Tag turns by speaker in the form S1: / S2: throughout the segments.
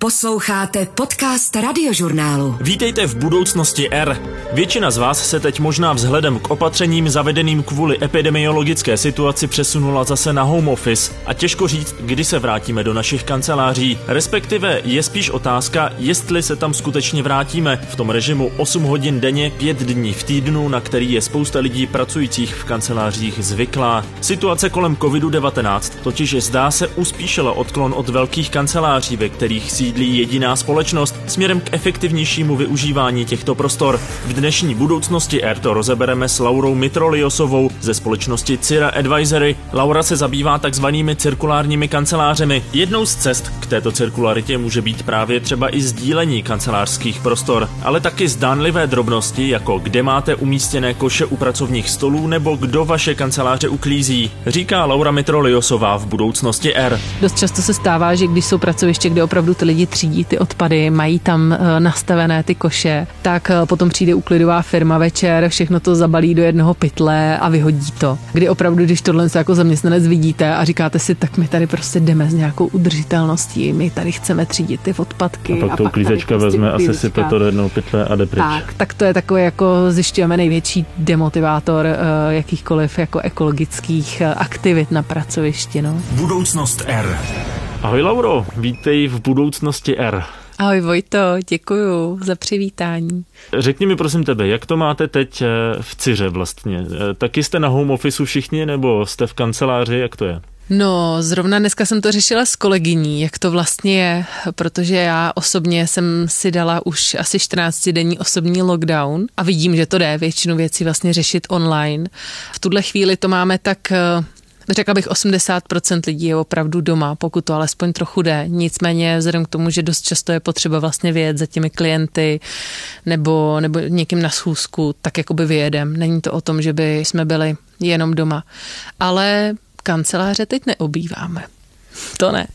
S1: Posloucháte podcast Radiožurnálu.
S2: Vítejte v budoucnosti R. Většina z vás se teď možná vzhledem k opatřením zavedeným kvůli epidemiologické situaci přesunula zase na home office a těžko říct, kdy se vrátíme do našich kanceláří. Respektive je spíš otázka, jestli se tam skutečně vrátíme v tom režimu 8 hodin denně, 5 dní v týdnu, na který je spousta lidí pracujících v kancelářích zvyklá. Situace kolem COVID-19 totiž zdá se uspíšila odklon od velkých kanceláří, ve kterých sídlí jediná společnost, směrem k efektivnějšímu využívání těchto prostor. V dnešní budoucnosti R to rozebereme s Laurou Mitroliosovou ze společnosti Cira Advisory. Laura se zabývá takzvanými cirkulárními kancelářemi. Jednou z cest k této cirkularitě může být právě třeba i sdílení kancelářských prostor, ale taky zdánlivé drobnosti, jako kde máte umístěné koše u pracovních stolů nebo kdo vaše kanceláře uklízí, říká Laura Mitroliosová v budoucnosti R.
S3: Dost často se stává, že když jsou pracoviště, kde opravdu ty lidi třídí ty odpady, mají tam nastavené ty koše, tak potom přijde úklidová firma večer, všechno to zabalí do jednoho pytle a vyhodí to. Kdy opravdu, když tohle se jako zaměstnanec vidíte a říkáte si, tak my tady prostě jdeme s nějakou udržitelností, my tady chceme třídit ty odpadky.
S4: A pak to uklízečka prostě vezme a sesype to do jednoho pytle a jde pryč.
S3: Tak to je takový, jako zjišťujeme, největší demotivátor jakýchkoliv jako ekologických aktivit na pracovišti. No.
S2: Budoucnost R.
S4: Ahoj Lauro, vítej v budoucnosti R.
S3: Ahoj Vojto, děkuju za přivítání.
S4: Řekni mi prosím tebe, jak to máte teď v Ciře vlastně? Taky jste na home officeu všichni nebo jste v kanceláři, jak to je?
S3: No, zrovna dneska jsem to řešila s kolegyní, jak to vlastně je, protože já osobně jsem si dala už asi 14denní osobní lockdown a vidím, že to jde většinu věcí vlastně řešit online. V tuhle chvíli to máme tak... Řekla bych 80% lidí je opravdu doma, pokud to alespoň trochu jde. Nicméně vzhledem k tomu, že dost často je potřeba vlastně vyjet za těmi klienty nebo někým na schůzku, tak jakoby vyjedem. Není to o tom, že by jsme byli jenom doma. Ale kanceláře teď neobýváme. To ne.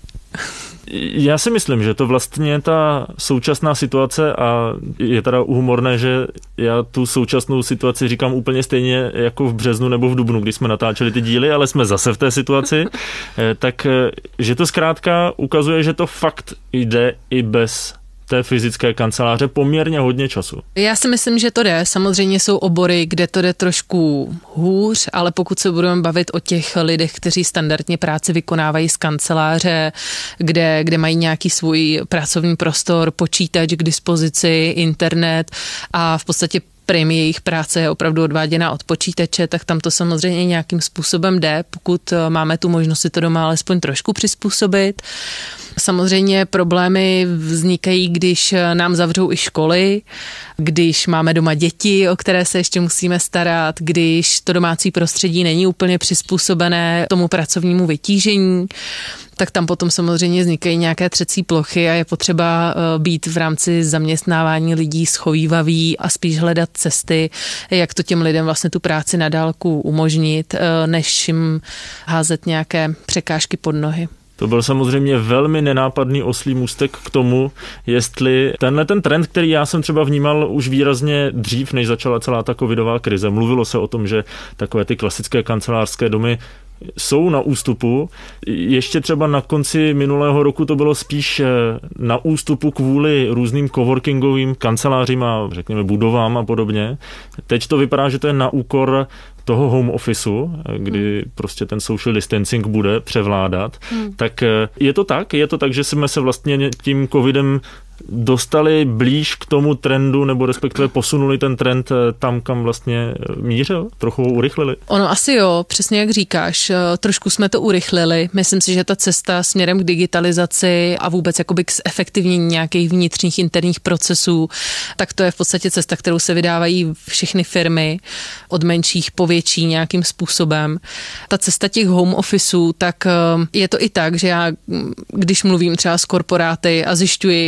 S4: Já si myslím, že to vlastně ta současná situace a je teda humorné, že já tu současnou situaci říkám úplně stejně jako v březnu nebo v dubnu, když jsme natáčeli ty díly, ale jsme zase v té situaci, tak že to zkrátka ukazuje, že to fakt jde i bez té fyzické kanceláře poměrně hodně času. Já
S3: si myslím, že to jde. Samozřejmě jsou obory, kde to jde trošku hůř, ale pokud se budeme bavit o těch lidech, kteří standardně práci vykonávají z kanceláře, kde mají nějaký svůj pracovní prostor, počítač k dispozici, internet a v podstatě jejich práce je opravdu odváděná od počítače, tak tam to samozřejmě nějakým způsobem jde, pokud máme tu možnost si to doma alespoň trošku přizpůsobit. Samozřejmě problémy vznikají, když nám zavřou i školy, když máme doma děti, o které se ještě musíme starat, když to domácí prostředí není úplně přizpůsobené tomu pracovnímu vytížení, tak tam potom samozřejmě vznikají nějaké třecí plochy a je potřeba být v rámci zaměstnávání lidí schovívavý a spíš hledat cesty, jak to těm lidem vlastně tu práci na dálku umožnit, než jim házet nějaké překážky pod nohy.
S4: To byl samozřejmě velmi nenápadný oslí můstek k tomu, jestli ten trend, který já jsem třeba vnímal už výrazně dřív, než začala celá ta covidová krize. Mluvilo se o tom, že takové ty klasické kancelářské domy jsou na ústupu. Ještě třeba na konci minulého roku to bylo spíš na ústupu kvůli různým coworkingovým kancelářím a řekněme budovám a podobně. Teď to vypadá, že to je na úkor toho home officeu, kdy prostě ten social distancing bude převládat. Tak je to tak, že jsme se vlastně tím covidem dostali blíž k tomu trendu, nebo respektive posunuli ten trend tam, kam vlastně mířil? Trochu ho urychlili?
S3: Ono asi jo, přesně jak říkáš, trošku jsme to urychlili. Myslím si, že ta cesta směrem k digitalizaci a vůbec jakoby k zefektivnění nějakých vnitřních interních procesů, tak to je v podstatě cesta, kterou se vydávají všechny firmy, od menších po větší nějakým způsobem. Ta cesta těch home officeů, tak je to i tak, že já, když mluvím třeba s korporáty a zjišťuji,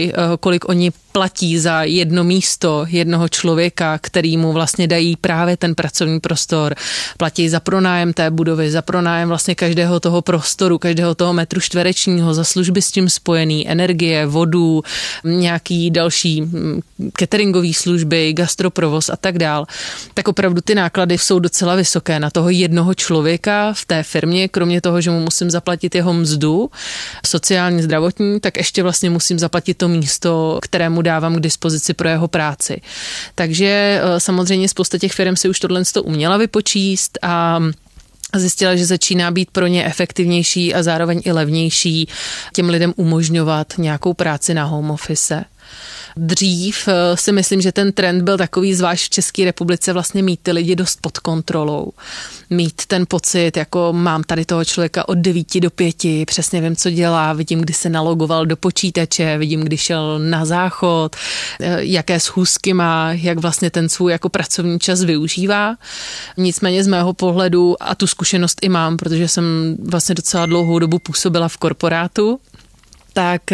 S3: kolik oni platí za jedno místo jednoho člověka, který mu vlastně dají právě ten pracovní prostor, platí za pronájem té budovy, za pronájem vlastně každého toho prostoru, každého toho metru čtverečního, za služby s tím spojený, energie, vodu, nějaký další cateringový služby, gastroprovoz a tak dál, tak opravdu ty náklady jsou docela vysoké na toho jednoho člověka v té firmě, kromě toho, že mu musím zaplatit jeho mzdu, sociální, zdravotní, tak ještě vlastně musím zaplatit to místo, kterému dávám k dispozici pro jeho práci. Takže samozřejmě spousta těch firm si už tohle uměla vypočíst a zjistila, že začíná být pro ně efektivnější a zároveň i levnější těm lidem umožňovat nějakou práci na home office. Dřív si myslím, že ten trend byl takový, zvlášť v České republice, vlastně mít ty lidi dost pod kontrolou. Mít ten pocit, jako mám tady toho člověka od 9 do 5, přesně vím, co dělá, vidím, kdy se nalogoval do počítače, vidím, kdy šel na záchod, jaké schůzky má, jak vlastně ten svůj jako pracovní čas využívá. Nicméně z mého pohledu, a tu zkušenost i mám, protože jsem vlastně docela dlouhou dobu působila v korporátu, tak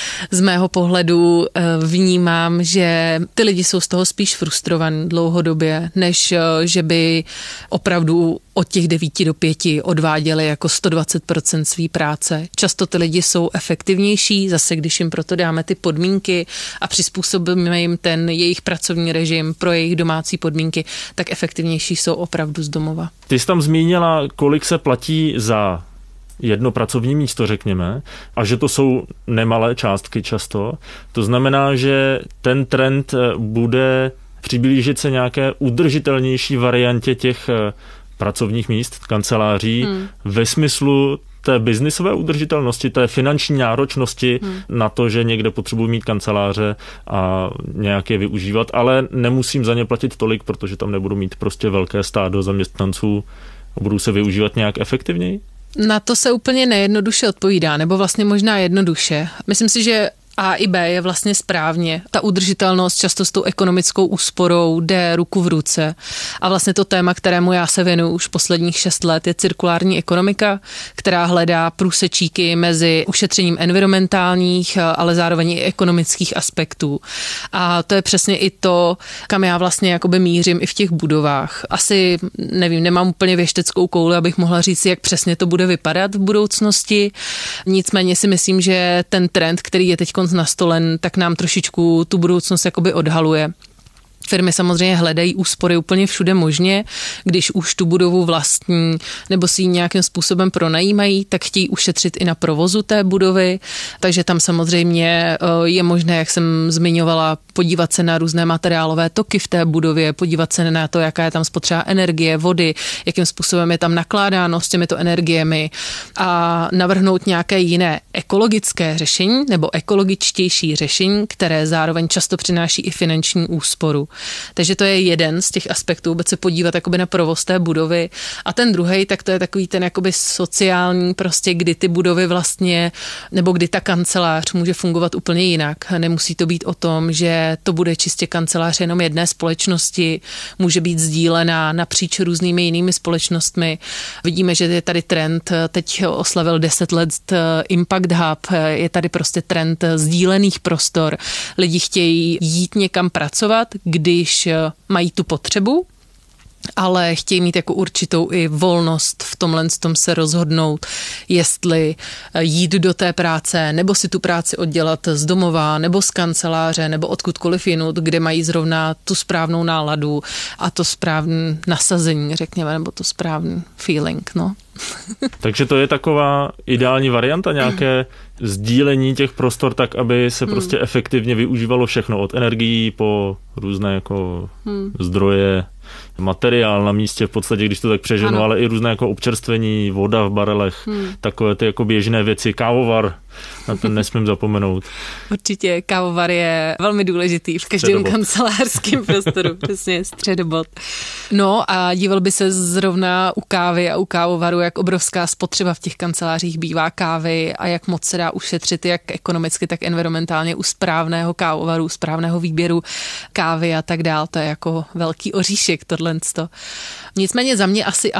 S3: z mého pohledu vnímám, že ty lidi jsou z toho spíš frustrovaní dlouhodobě, než že by opravdu od těch 9 do 5 odváděli jako 120% své práce. Často ty lidi jsou efektivnější, zase když jim proto dáme ty podmínky a přizpůsobíme jim ten jejich pracovní režim pro jejich domácí podmínky, tak efektivnější jsou opravdu z domova.
S4: Ty jsi tam zmínila, kolik se platí za jedno pracovní místo, řekněme, a že to jsou nemalé částky často. To znamená, že ten trend bude přiblížit se nějaké udržitelnější variantě těch pracovních míst, kanceláří, ve smyslu té biznisové udržitelnosti, té finanční náročnosti na to, že někde potřebuji mít kanceláře a nějak je využívat, ale nemusím za ně platit tolik, protože tam nebudu mít prostě velké stádo zaměstnanců a budu se využívat nějak efektivněji?
S3: Na to se úplně nejednoduše odpovídá, nebo vlastně možná jednoduše. Myslím si, že A i B je vlastně správně. Ta udržitelnost často s tou ekonomickou úsporou jde ruku v ruce. A vlastně to téma, kterému já se věnuju už posledních 6 let, je cirkulární ekonomika, která hledá průsečíky mezi ušetřením environmentálních, ale zároveň i ekonomických aspektů. A to je přesně i to, kam já vlastně jakoby mířím i v těch budovách. Asi, nevím, nemám úplně věšteckou kouli, abych mohla říct, jak přesně to bude vypadat v budoucnosti. Nicméně si myslím, že ten trend, který je teď nastolen, tak nám trošičku tu budoucnost jakoby odhaluje. Firmy samozřejmě hledají úspory úplně všude možně, když už tu budovu vlastní nebo si ji nějakým způsobem pronajímají, tak chtějí ušetřit i na provozu té budovy, takže tam samozřejmě je možné, jak jsem zmiňovala, podívat se na různé materiálové toky v té budově, podívat se na to, jaká je tam spotřeba energie, vody, jakým způsobem je tam nakládáno s těmito energiemi a navrhnout nějaké jiné ekologické řešení nebo ekologičtější řešení, které zároveň často přináší i finanční úsporu. Takže to je jeden z těch aspektů, vůbec se podívat jakoby na provoz té budovy. A ten druhej, tak to je takový ten jakoby sociální, prostě kdy ty budovy vlastně, nebo kdy ta kancelář může fungovat úplně jinak. Nemusí to být o tom, že to bude čistě kancelář jenom jedné společnosti, může být sdílená napříč různými jinými společnostmi. Vidíme, že je tady trend, teď oslavil 10 let Impact Hub, je tady prostě trend sdílených prostor. Lidi chtějí jít někam pracovat, když mají tu potřebu, ale chtějí mít jako určitou i volnost v tomhle tom se rozhodnout, jestli jít do té práce, nebo si tu práci oddělat z domova, nebo z kanceláře, nebo odkudkoliv jinut, kde mají zrovna tu správnou náladu a to správné nasazení, řekněme, nebo to správný feeling, no.
S4: Takže to je taková ideální varianta, nějaké sdílení těch prostor tak, aby se prostě efektivně využívalo všechno, od energií po různé jako zdroje, materiál na místě v podstatě, když to tak přeženu, ale i různé jako občerstvení, voda v barelech, takové ty jako běžné věci, kávovar, na to nesmím zapomenout.
S3: Určitě kávovar je velmi důležitý v každém kancelářském prostoru, přesně středobod. No a díval by se zrovna u kávy a u kávovaru, jak obrovská spotřeba v těch kancelářích bývá kávy a jak moc se dá ušetřit jak ekonomicky, tak environmentálně u správného kávovaru, správného výběru kávy a tak dál. To je jako velký oříšek tohleto. Nicméně za mě asi ano.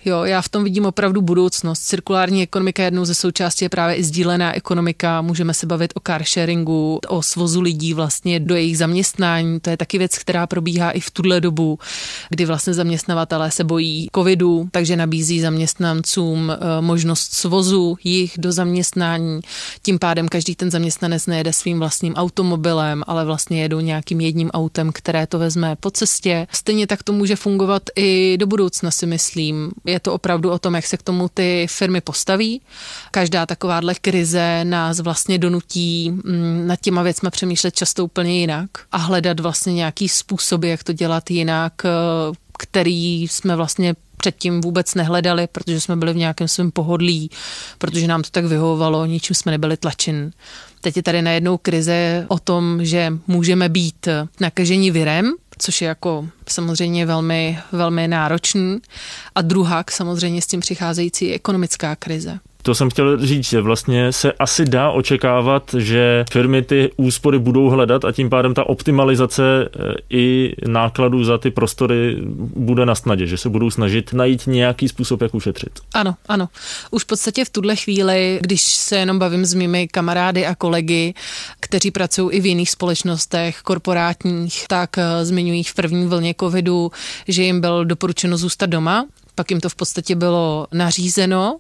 S3: já v tom vidím opravdu budoucnost. Cirkulární ekonomika jednou ze součástí je právě i sdílená ekonomika. Můžeme se bavit o car sharingu, o svozu lidí vlastně do jejich zaměstnání. To je taky věc, která probíhá i v tuhle dobu, kdy vlastně zaměstnavatelé se bojí covidu, takže nabízí zaměstnancům možnost svozu jich do zaměstnání. Tím pádem každý ten zaměstnanec nejede svým vlastním automobilem, ale vlastně jedou nějakým jedním autem, které to vezme po cestě. Stejně tak to může fungovat i do budoucna, si myslím. Je to opravdu o tom, jak se k tomu ty firmy postaví. Každá takováhle krize nás vlastně donutí nad těma věcma přemýšlet často úplně jinak a hledat vlastně nějaký způsoby, jak to dělat jinak, který jsme vlastně předtím vůbec nehledali, protože jsme byli v nějakém svém pohodlí, protože nám to tak vyhovovalo, ničím jsme nebyli tlačen. Teď je tady najednou krize o tom, že můžeme být nakaženi virem, což je jako samozřejmě velmi, velmi náročný. A druhak samozřejmě s tím přicházející ekonomická krize.
S4: To jsem chtěl říct, že vlastně se asi dá očekávat, že firmy ty úspory budou hledat a tím pádem ta optimalizace i nákladů za ty prostory bude na snadě, že se budou snažit najít nějaký způsob, jak ušetřit.
S3: Ano. Už v podstatě v tuhle chvíli, když se jenom bavím s mými kamarády a kolegy, kteří pracují i v jiných společnostech korporátních, tak zmiňují v první vlně covidu, že jim bylo doporučeno zůstat doma, pak jim to v podstatě bylo nařízeno.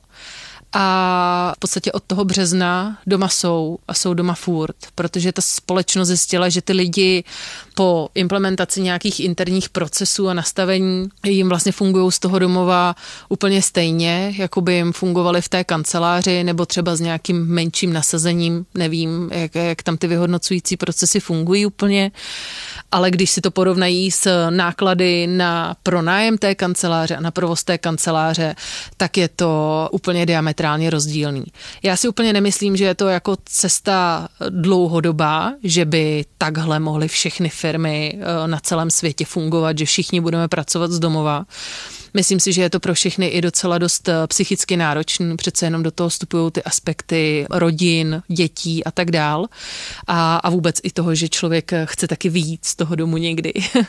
S3: A v podstatě od toho března doma jsou a jsou doma furt, protože ta společnost zjistila, že ty lidi po implementaci nějakých interních procesů a nastavení jim vlastně fungují z toho domova úplně stejně, jako by jim fungovali v té kanceláři nebo třeba s nějakým menším nasazením, nevím, jak tam ty vyhodnocující procesy fungují úplně, ale když si to porovnají s náklady na pronájem té kanceláře a na provoz té kanceláře, tak je to úplně diametrálně rozdílný. Já si úplně nemyslím, že je to jako cesta dlouhodobá, že by takhle mohly všechny firmy na celém světě fungovat, že všichni budeme pracovat z domova. Myslím si, že je to pro všechny i docela dost psychicky náročný, přece jenom do toho vstupují ty aspekty rodin, dětí a tak dál. A vůbec i toho, že člověk chce taky vyjít z toho domu někdy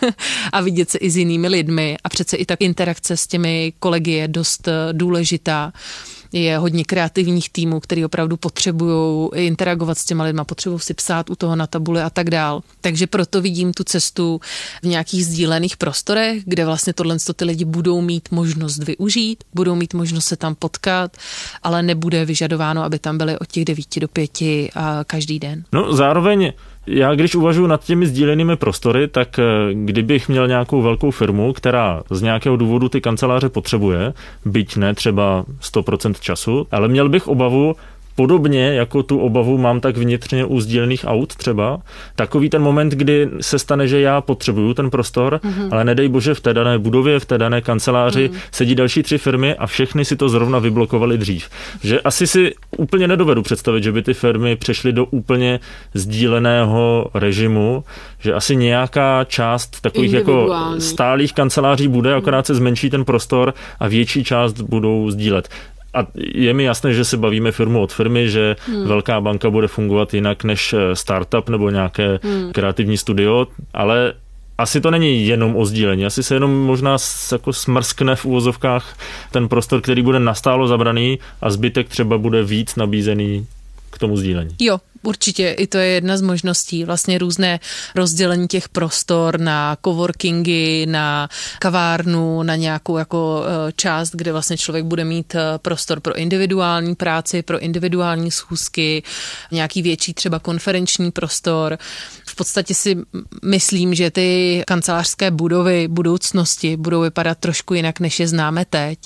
S3: a vidět se i s jinými lidmi. A přece i tak interakce s těmi kolegy je dost důležitá. Je hodně kreativních týmů, který opravdu potřebují interagovat s těma lidma, potřebují si psát u toho na tabuli a tak dál. Takže proto vidím tu cestu v nějakých sdílených prostorech, kde vlastně tohle ty lidi budou mít možnost využít, budou mít možnost se tam potkat, ale nebude vyžadováno, aby tam byli od těch 9 do 5 každý den.
S4: No zároveň já když uvažuji nad těmi sdílenými prostory, tak kdybych měl nějakou velkou firmu, která z nějakého důvodu ty kanceláře potřebuje, byť ne třeba 100% času, ale měl bych obavu, podobně jako tu obavu mám tak vnitřně u sdílených aut třeba, takový ten moment, kdy se stane, že já potřebuju ten prostor, ale nedej bože v té dané budově, v té dané kanceláři sedí další 3 firmy a všechny si to zrovna vyblokovali dřív. Že asi si úplně nedovedu představit, že by ty firmy přešly do úplně sdíleného režimu, že asi nějaká část takových jako stálých kanceláří bude, akorát se zmenší ten prostor a větší část budou sdílet. A je mi jasné, že se bavíme firmu od firmy, že velká banka bude fungovat jinak než startup nebo nějaké kreativní studio, ale asi to není jenom o sdílení, asi se jenom možná jako smrskne v uvozovkách ten prostor, který bude nastálo zabraný a zbytek třeba bude víc nabízený k tomu sdílení.
S3: Jo, určitě i to je jedna z možností, vlastně různé rozdělení těch prostor na coworkingy, na kavárnu, na nějakou jako část, kde vlastně člověk bude mít prostor pro individuální práci, pro individuální schůzky, nějaký větší třeba konferenční prostor. V podstatě si myslím, že ty kancelářské budovy budoucnosti budou vypadat trošku jinak, než je známe teď.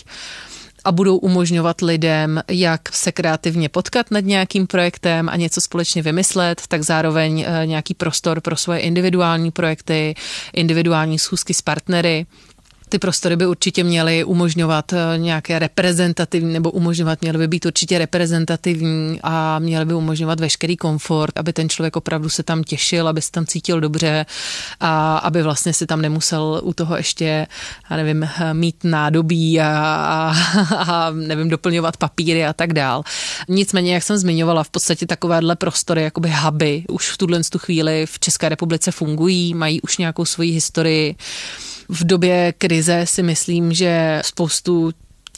S3: A budou umožňovat lidem, jak se kreativně potkat nad nějakým projektem a něco společně vymyslet, tak zároveň nějaký prostor pro svoje individuální projekty, individuální schůzky s partnery. Ty prostory by určitě měly umožňovat nějaké reprezentativní, nebo měly by být určitě reprezentativní a měly by umožňovat veškerý komfort, aby ten člověk opravdu se tam těšil, aby se tam cítil dobře a aby vlastně si tam nemusel u toho ještě, já nevím, mít nádobí a nevím, doplňovat papíry a tak dál. Nicméně, jak jsem zmiňovala, v podstatě takovéhle prostory, jakoby huby, už v tuhle chvíli v České republice fungují, mají už nějakou svoji historii. V době krize si myslím, že spoustu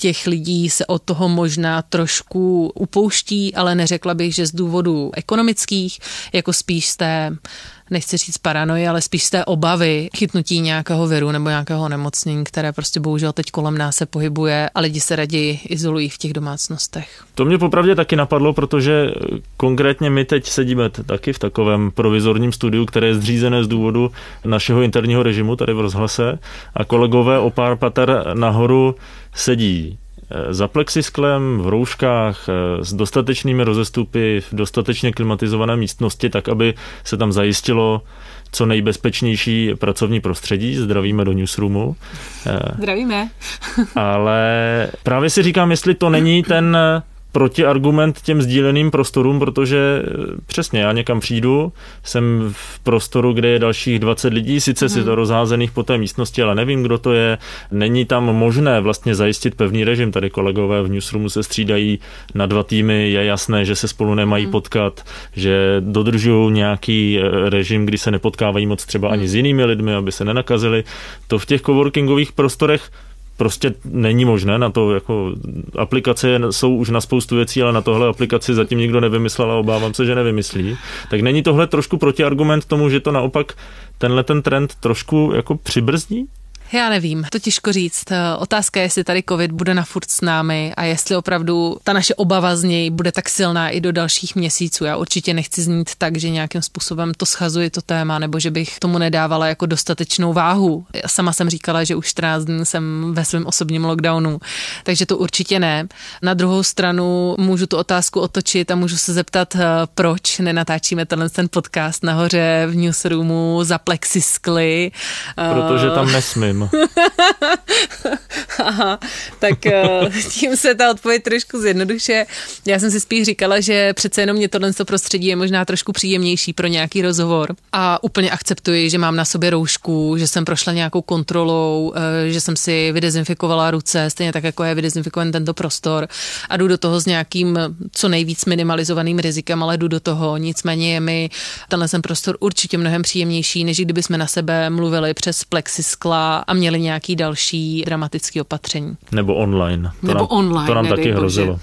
S3: těch lidí se od toho možná trošku upouští, ale neřekla bych, že z důvodů ekonomických, jako spíš z té, nechci říct paranoji, ale spíš z té obavy chytnutí nějakého viru nebo nějakého onemocnění, které prostě bohužel teď kolem nás se pohybuje a lidi se raději izolují v těch domácnostech.
S4: To mě popravdě taky napadlo, protože konkrétně my teď sedíme taky v takovém provizorním studiu, které je zřízené z důvodu našeho interního režimu tady v rozhlase a kolegové o pár pater nahoru sedí za plexisklem, v rouškách, s dostatečnými rozestupy, v dostatečně klimatizované místnosti, tak aby se tam zajistilo co nejbezpečnější pracovní prostředí. Zdravíme do newsroomu.
S3: Zdravíme.
S4: Ale právě si říkám, jestli to není ten protiargument těm sdíleným prostorům, protože přesně já někam přijdu, jsem v prostoru, kde je dalších 20 lidí, sice si to rozházených po té místnosti, ale nevím, kdo to je. Není tam možné vlastně zajistit pevný režim. Tady kolegové v newsroomu se střídají na 2 týmy, je jasné, že se spolu nemají potkat, že dodržují nějaký režim, kdy se nepotkávají moc třeba ani s jinými lidmi, aby se nenakazili. To v těch coworkingových prostorech prostě není možné, na to jako aplikace jsou už na spoustu věcí, ale na tohle aplikaci zatím nikdo nevymyslel a obávám se, že nevymyslí. Tak není tohle trošku protiargument tomu, že to naopak tenhle ten trend trošku jako přibrzdí?
S3: Já nevím, to těžko říct. Otázka je, jestli tady covid bude na furt s námi a jestli opravdu ta naše obava z něj bude tak silná i do dalších měsíců. Já určitě nechci znít tak, že nějakým způsobem to schazuji to téma, nebo že bych tomu nedávala jako dostatečnou váhu. Já sama jsem říkala, že už 14 dní jsem ve svém osobním lockdownu, takže to určitě ne. Na druhou stranu můžu tu otázku otočit a můžu se zeptat, proč nenatáčíme ten podcast nahoře v newsroomu za plexiskly.
S4: Protože tam nesmím.
S3: Aha, tak tím se ta odpověď trošku zjednodušuje. Já jsem si spíš říkala, že přece jenom mě tohle prostředí je možná trošku příjemnější pro nějaký rozhovor a úplně akceptuji, že mám na sobě roušku, že jsem prošla nějakou kontrolou, že jsem si vydezinfikovala ruce, stejně tak, jako je vydezinfikovaný tento prostor a jdu do toho s nějakým co nejvíc minimalizovaným rizikem, ale jdu do toho. Nicméně je mi tenhle prostor určitě mnohem příjemnější, než kdyby jsme na sebe mluvili přes plexiskla a měli nějaký další dramatický opatření.
S4: Nebo online. To nám taky hrozilo.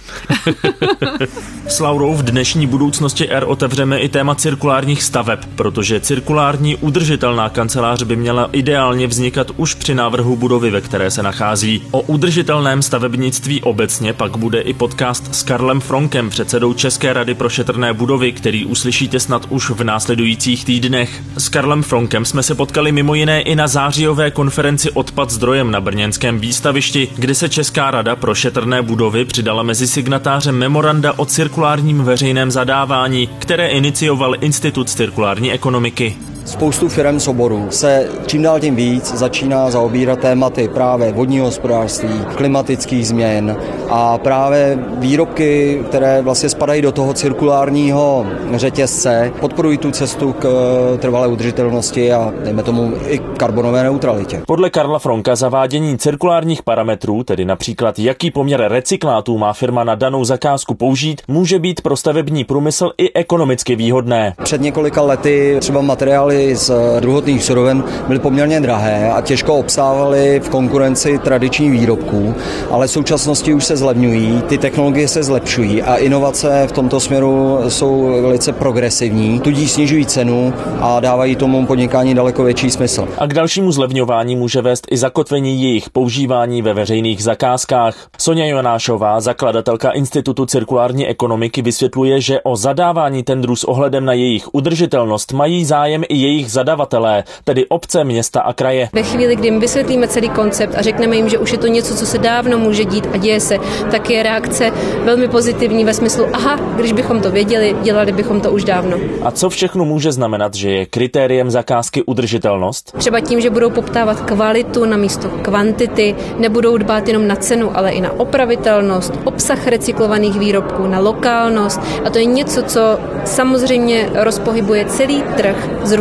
S2: S Laurou v dnešní budoucnosti R otevřeme i téma cirkulárních staveb, protože cirkulární udržitelná kancelář by měla ideálně vznikat už při návrhu budovy, ve které se nachází. O udržitelném stavebnictví obecně pak bude i podcast s Karlem Fronkem, předsedou České rady pro šetrné budovy, který uslyšíte snad už v následujících týdnech. S Karlem Fronkem jsme se potkali mimo jiné i na zářijové konferenci Odpad zdrojem na brněnském výstavišti, kde se Česká rada pro šetrné budovy přidala mezi signatáře memoranda o cirkulárním veřejném zadávání, které inicioval Institut cirkulární ekonomiky.
S5: Spoustu firem z oboru se čím dál tím víc začíná zaobírat tématy právě vodního hospodářství, klimatických změn a právě výrobky, které vlastně spadají do toho cirkulárního řetězce, podporují tu cestu k trvalé udržitelnosti a dejme tomu i karbonové neutralitě.
S2: Podle Karla Fronka zavádění cirkulárních parametrů, tedy například jaký poměr recyklátů má firma na danou zakázku použít, může být pro stavební průmysl i ekonomicky výhodné.
S5: Před několika lety třeba materiály z druhotných surovin byly poměrně drahé a těžko obstávaly v konkurenci tradičních výrobků, ale v současnosti už se zlevňují, ty technologie se zlepšují a inovace v tomto směru jsou velice progresivní, tudíž snižují cenu a dávají tomu podnikání daleko větší smysl.
S2: A k dalšímu zlevňování může vést i zakotvení jejich používání ve veřejných zakázkách. Sonja Jonášová, zakladatelka Institutu cirkulární ekonomiky, vysvětluje, že o zadávání tendrů s ohledem na jejich udržitelnost mají zájem i jejich zadavatelé, tedy obce, města a kraje.
S6: Ve chvíli, kdy jim vysvětlíme celý koncept a řekneme jim, že už je to něco, co se dávno může dít a děje se, tak je reakce velmi pozitivní ve smyslu, aha, když bychom to věděli, dělali bychom to už dávno.
S2: A co všechno může znamenat, že je kritériem zakázky udržitelnost?
S6: Třeba tím, že budou poptávat kvalitu na místo kvantity, nebudou dbát jenom na cenu, ale i na opravitelnost, obsah recyklovaných výrobků, na lokálnost. A to je něco, co samozřejmě rozpohybuje celý trh z různých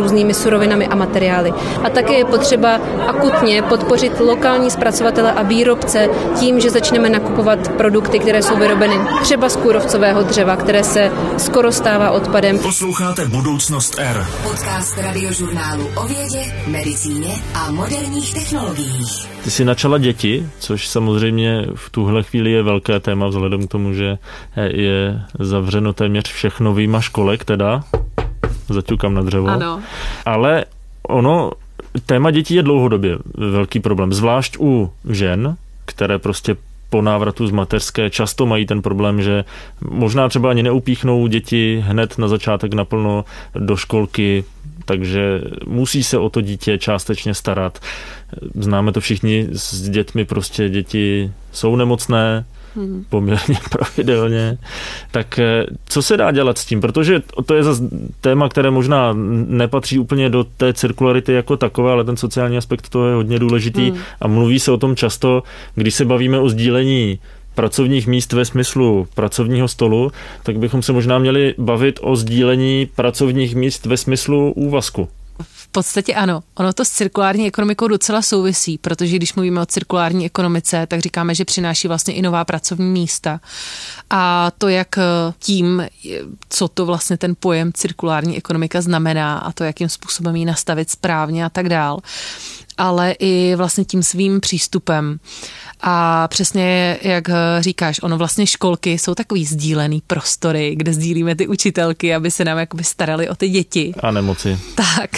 S6: různými surovinami a materiály. A také je potřeba akutně podpořit lokální zpracovatele a výrobce tím, že začneme nakupovat produkty, které jsou vyrobeny třeba z kůrovcového dřeva, které se skoro stává odpadem.
S2: Posloucháte Budoucnost R.
S1: Podcast radiožurnálu o vědě, medicíně a moderních technologiích.
S4: Ty jsi načala děti, což samozřejmě v tuhle chvíli je velké téma vzhledem k tomu, že je zavřeno téměř všechno vyjma školek, teda zaťukám na dřevo.
S3: Ano.
S4: Ale téma dětí je dlouhodobě velký problém, zvlášť u žen, které prostě po návratu z mateřské často mají ten problém, že možná třeba ani neupíchnou děti hned na začátek naplno do školky, takže musí se o to dítě částečně starat. Známe to všichni s dětmi, prostě děti jsou nemocné, poměrně pravidelně. Tak co se dá dělat s tím? Protože to je zase téma, které možná nepatří úplně do té cirkularity jako takové, ale ten sociální aspekt to je hodně důležitý a mluví se o tom často, když se bavíme o sdílení pracovních míst ve smyslu pracovního stolu, tak bychom se možná měli bavit o sdílení pracovních míst ve smyslu úvazku.
S3: V podstatě ano. Ono to s cirkulární ekonomikou docela souvisí, protože když mluvíme o cirkulární ekonomice, tak říkáme, že přináší vlastně i nová pracovní místa. A to jak tím, co to vlastně ten pojem cirkulární ekonomika znamená a to, jakým způsobem ji nastavit správně a tak dál, ale i vlastně tím svým přístupem. A přesně jak říkáš, ono vlastně školky jsou takový sdílený prostory, kde sdílíme ty učitelky, aby se nám jakoby starali o ty děti.
S4: A nemoci.
S3: Tak.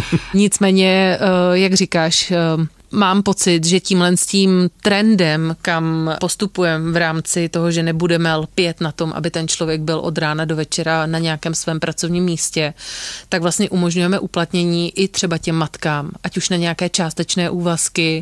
S3: Nicméně, jak říkáš, mám pocit, že tímhle s tím trendem, kam postupujeme v rámci toho, že nebudeme lpět na tom, aby ten člověk byl od rána do večera na nějakém svém pracovním místě, tak vlastně umožňujeme uplatnění i třeba těm matkám, ať už na nějaké částečné úvazky,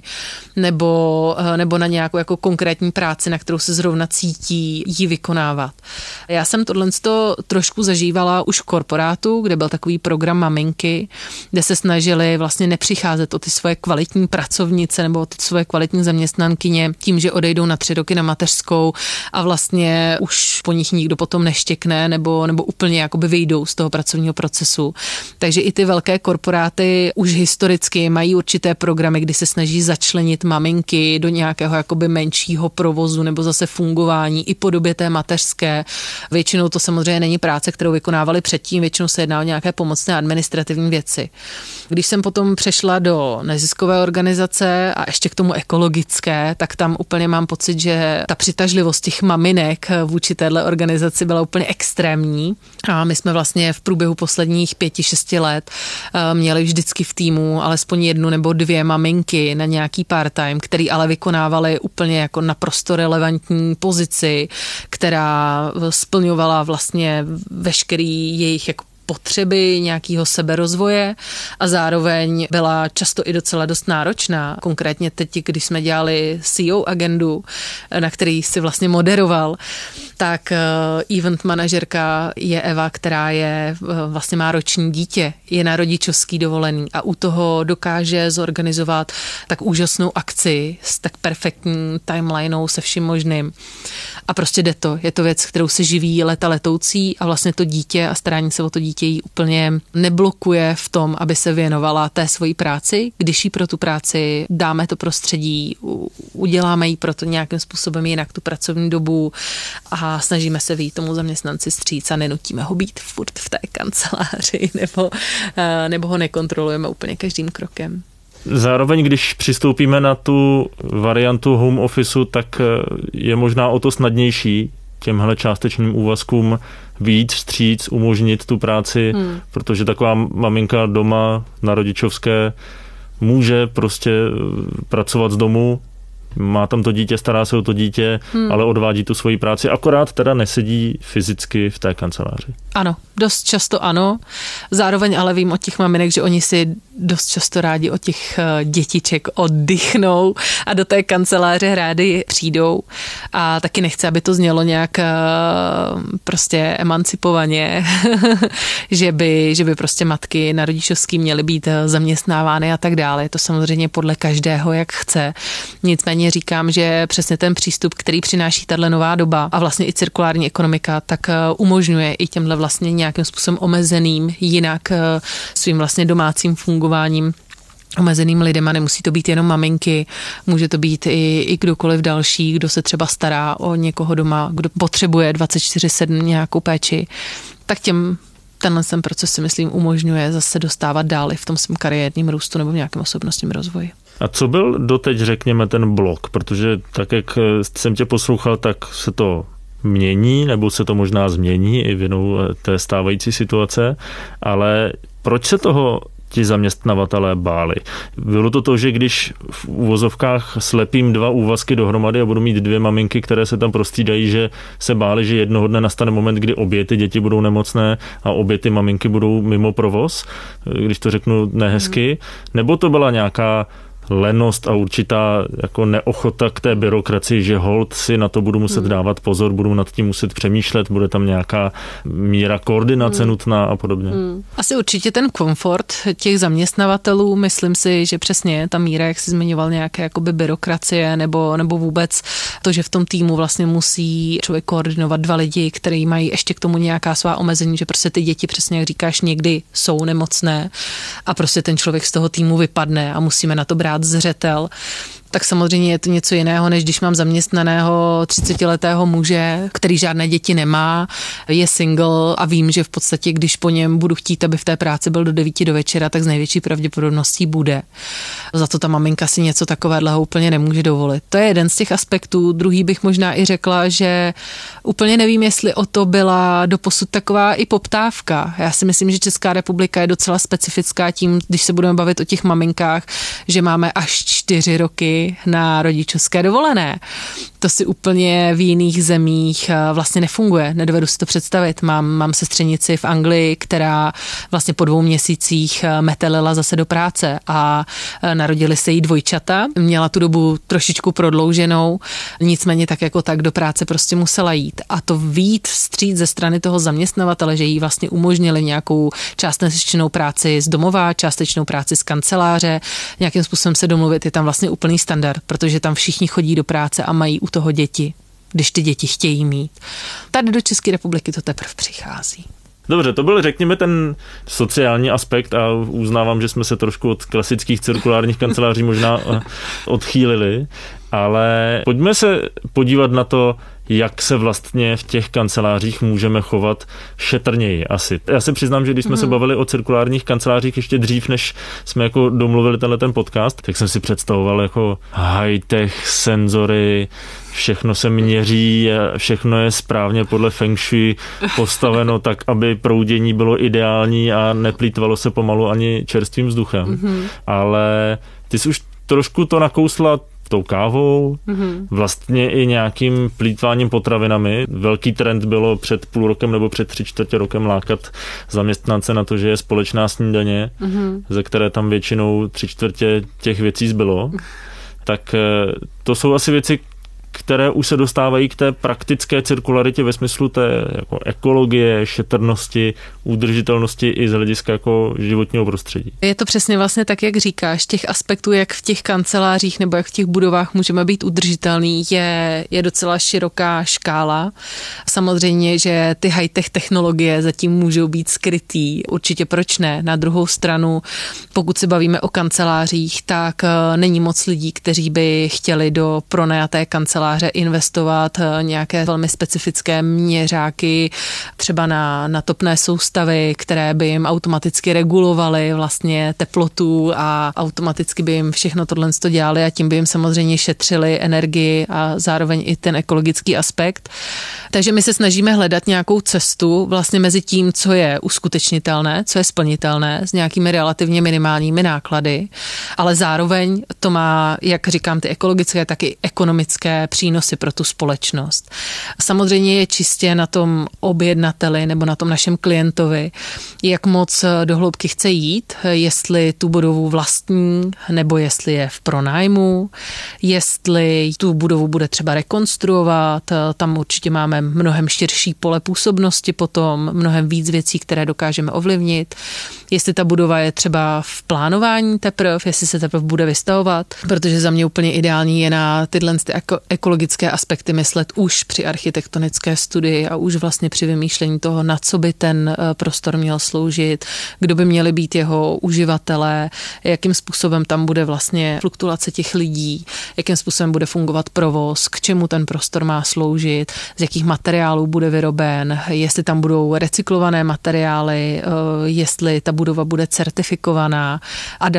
S3: nebo na nějakou jako konkrétní práci, na kterou se zrovna cítí ji vykonávat. Já jsem tohle trošku zažívala už v korporátu, kde byl takový program Maminky, kde se snažili vlastně nepřicházet o ty svoje kvalitní pracovnice nebo ty svoje kvalitní zaměstnankyně tím, že odejdou na 3 roky na mateřskou a vlastně už po nich nikdo potom neštěkne nebo úplně jakoby vyjdou z toho pracovního procesu. Takže i ty velké korporáty už historicky mají určité programy, kdy se snaží začlenit maminky do nějakého jakoby menšího provozu nebo zase fungování i po době té mateřské. Většinou to samozřejmě není práce, kterou vykonávali předtím, většinou se jedná o nějaké pomocné administrativní věci. Když jsem potom přešla do neziskové organizace a ještě k tomu ekologické, tak tam úplně mám pocit, že ta přitažlivost těch maminek vůči téhle organizaci byla úplně extrémní. A my jsme vlastně v průběhu posledních 5-6 let měli vždycky v týmu alespoň 1 nebo 2 maminky na nějaký part-time, který ale vykonávaly úplně jako naprosto relevantní pozici, která splňovala vlastně veškerý jejich jako potřeby nějakého seberozvoje a zároveň byla často i docela dost náročná. Konkrétně teď, když jsme dělali CEO agendu, na který si vlastně moderoval, tak event manažerka je Eva, která vlastně má roční dítě, je na rodičovský dovolený a u toho dokáže zorganizovat tak úžasnou akci s tak perfektní timelineou se vším možným. A prostě jde to. Je to věc, kterou se živí leta letoucí a vlastně to dítě a starání se o to dítě jí úplně neblokuje v tom, aby se věnovala té svojí práci. Když jí pro tu práci dáme to prostředí, uděláme jí pro to nějakým způsobem jinak tu pracovní dobu a snažíme se vyjít tomu zaměstnanci vstříc a nenutíme ho být furt v té kanceláři nebo ho nekontrolujeme úplně každým krokem.
S4: Zároveň, když přistoupíme na tu variantu home officeu, tak je možná o to snadnější těmhle částečným úvazkům vyjít vstříc, umožnit tu práci, protože taková maminka doma na rodičovské může prostě pracovat z domu, má tam to dítě, stará se o to dítě, ale odvádí tu svoji práci, akorát teda nesedí fyzicky v té kanceláři.
S3: Ano, dost často ano. Zároveň ale vím od těch maminek, že oni si dost často rádi od těch dětiček oddychnou a do té kanceláře rádi přijdou. A taky nechce, aby to znělo nějak prostě emancipovaně, že by prostě matky na rodičovský měly být zaměstnávány a tak dále. Je to samozřejmě podle každého, jak chce. Nicméně samozřejmě říkám, že přesně ten přístup, který přináší tato nová doba a vlastně i cirkulární ekonomika, tak umožňuje i těmhle vlastně nějakým způsobem omezeným, jinak svým vlastně domácím fungováním omezeným lidem, a nemusí to být jenom maminky, může to být i kdokoliv další, kdo se třeba stará o někoho doma, kdo potřebuje 24/7 nějakou péči, tak tenhle proces si myslím umožňuje zase dostávat dál i v tom svém kariérním růstu nebo v nějakém osobnostním rozvoji.
S4: A co byl doteď, řekněme, ten blok? Protože tak, jak jsem tě poslouchal, tak se to mění, nebo se to možná změní i vinou té stávající situace, ale proč se toho ti zaměstnavatelé báli? Bylo to, že když v uvozovkách slepím 2 úvazky dohromady a budu mít 2 maminky, které se tam prostřídají, že se báli, že jednoho dne nastane moment, kdy obě ty děti budou nemocné a obě ty maminky budou mimo provoz, když to řeknu nehezky, nebo to byla nějaká lenost a určitá jako neochota k té byrokracii, že hold si na to budu muset dávat pozor, budu nad tím muset přemýšlet, bude tam nějaká míra koordinace nutná a podobně.
S3: Asi určitě ten komfort těch zaměstnavatelů, myslím si, že přesně ta míra, jak jsi zmiňoval, nějaké jakoby byrokracie nebo vůbec to, že v tom týmu vlastně musí člověk koordinovat 2 lidi, kteří mají ještě k tomu nějaká svá omezení, že prostě ty děti, přesně jak říkáš, někdy jsou nemocné a prostě ten člověk z toho týmu vypadne a musíme na to brát zřetel. Tak samozřejmě je to něco jiného, než když mám zaměstnaného 30letého muže, který žádné děti nemá, je single a vím, že v podstatě, když po něm budu chtít, aby v té práci byl do 9 do večera, tak s největší pravděpodobností bude. Za to ta maminka si něco takového úplně nemůže dovolit. To je jeden z těch aspektů. Druhý bych možná i řekla, že úplně nevím, jestli o to byla doposud taková i poptávka. Já si myslím, že Česká republika je docela specifická tím, když se budeme bavit o těch maminkách, že máme až 4 roky na rodičovské dovolené. To si úplně v jiných zemích vlastně nefunguje. Nedovedu si to představit. Mám sestřenici v Anglii, která vlastně po 2 měsících metelila zase do práce a narodili se jí dvojčata. Měla tu dobu trošičku prodlouženou, nicméně tak jako tak do práce prostě musela jít. A to vyjít vstříc ze strany toho zaměstnavatele, že jí vlastně umožnili nějakou částečnou práci z domova, částečnou práci z kanceláře, nějakým způsobem se domluvit, je tam vlastně úplný standard, protože tam všichni chodí do práce a mají u toho děti, když ty děti chtějí mít. Tady do České republiky to teprve přichází.
S4: Dobře, to byl, řekněme, ten sociální aspekt a uznávám, že jsme se trošku od klasických cirkulárních kanceláří možná odchýlili, ale pojďme se podívat na to, jak se vlastně v těch kancelářích můžeme chovat šetrněji asi. Já se přiznám, že když jsme se bavili o cirkulárních kancelářích ještě dřív, než jsme jako domluvili ten podcast, tak jsem si představoval jako high-tech senzory, všechno se měří, všechno je správně podle feng shui postaveno tak, aby proudění bylo ideální a neplýtvalo se pomalu ani čerstvým vzduchem. Ale ty jsi už trošku to nakousla tou kávou, vlastně i nějakým plýtváním potravinami. Velký trend bylo před půl rokem nebo před 3/4 rokem lákat zaměstnance na to, že je společná snídaně, ze které tam většinou 3/4 těch věcí zbylo. Tak to jsou asi věci, které už se dostávají k té praktické cirkularitě ve smyslu té jako ekologie, šetrnosti, udržitelnosti i z hlediska jako životního prostředí.
S3: Je to přesně vlastně tak, jak říkáš, těch aspektů, jak v těch kancelářích nebo jak v těch budovách můžeme být udržitelný, je docela široká škála. Samozřejmě, že ty high-tech technologie zatím můžou být skrytý. Určitě proč ne? Na druhou stranu, pokud se bavíme o kancelářích, tak není moc lidí, kteří by chtěli do pronajaté kanceláře investovat nějaké velmi specifické měřáky, třeba na topné soustavy, které by jim automaticky regulovaly vlastně teplotu a automaticky by jim všechno tohle dělali a tím by jim samozřejmě šetřili energii a zároveň i ten ekologický aspekt. Takže my se snažíme hledat nějakou cestu vlastně mezi tím, co je uskutečnitelné, co je splnitelné s nějakými relativně minimálními náklady, ale zároveň to má, jak říkám, ty ekologické, tak i ekonomické přínosy pro tu společnost. Samozřejmě je čistě na tom objednateli nebo na tom našem klientovi, jak moc do hloubky chce jít, jestli tu budovu vlastní, nebo jestli je v pronájmu, jestli tu budovu bude třeba rekonstruovat, tam určitě máme mnohem širší pole působnosti potom, mnohem víc věcí, které dokážeme ovlivnit, jestli ta budova je třeba v plánování teprve, jestli se teprve bude vystavovat, protože za mě úplně ideální je na tyhle ekologické aspekty myslet už při architektonické studii a už vlastně při vymýšlení toho, na co by ten prostor měl sloužit, kdo by měli být jeho uživatelé, jakým způsobem tam bude vlastně fluktuace těch lidí, jakým způsobem bude fungovat provoz, k čemu ten prostor má sloužit, z jakých materiálů bude vyroben, jestli tam budou recyklované materiály, jestli ta budova bude certifikovaná a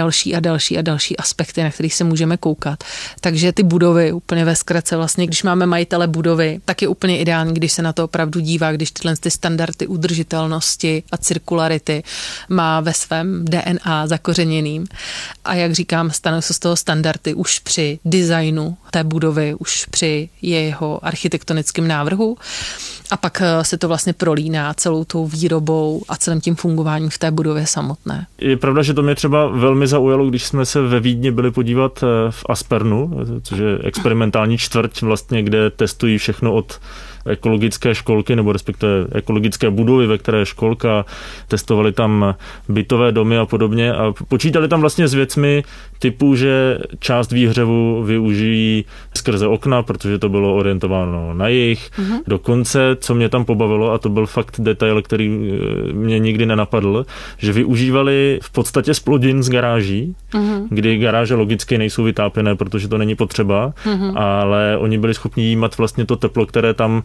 S3: další aspekty, na kterých se můžeme koukat. Takže ty budovy úplně ve zkratce vlastně, když máme majitele budovy, tak je úplně ideální, když se na to opravdu dívá, když tyhle ty standardy udržitelnosti a cirkularity má ve svém DNA zakořeněným. A jak říkám, stanou se z toho standardy už při designu té budovy, už při jeho architektonickém návrhu. A pak se to vlastně prolíná celou tou výrobou a celým tím fungováním v té budově samotné.
S4: Je pravda, že to mě třeba velmi zaujalo, když jsme se ve Vídni byli podívat v Aspernu, což je experimentální čtvrť vlastně, kde testují všechno od ekologické školky, nebo respektive ekologické budovy, ve které je školka, testovali tam bytové domy a podobně a počítali tam vlastně s věcmi typu, že část výhřevu využijí skrze okna, protože to bylo orientováno na jih. Dokonce, co mě tam pobavilo, a to byl fakt detail, který mě nikdy nenapadl, že využívali v podstatě splodin z garáží, kdy garáže logicky nejsou vytápěné, protože to není potřeba, ale oni byli schopni jímat vlastně to teplo, které tam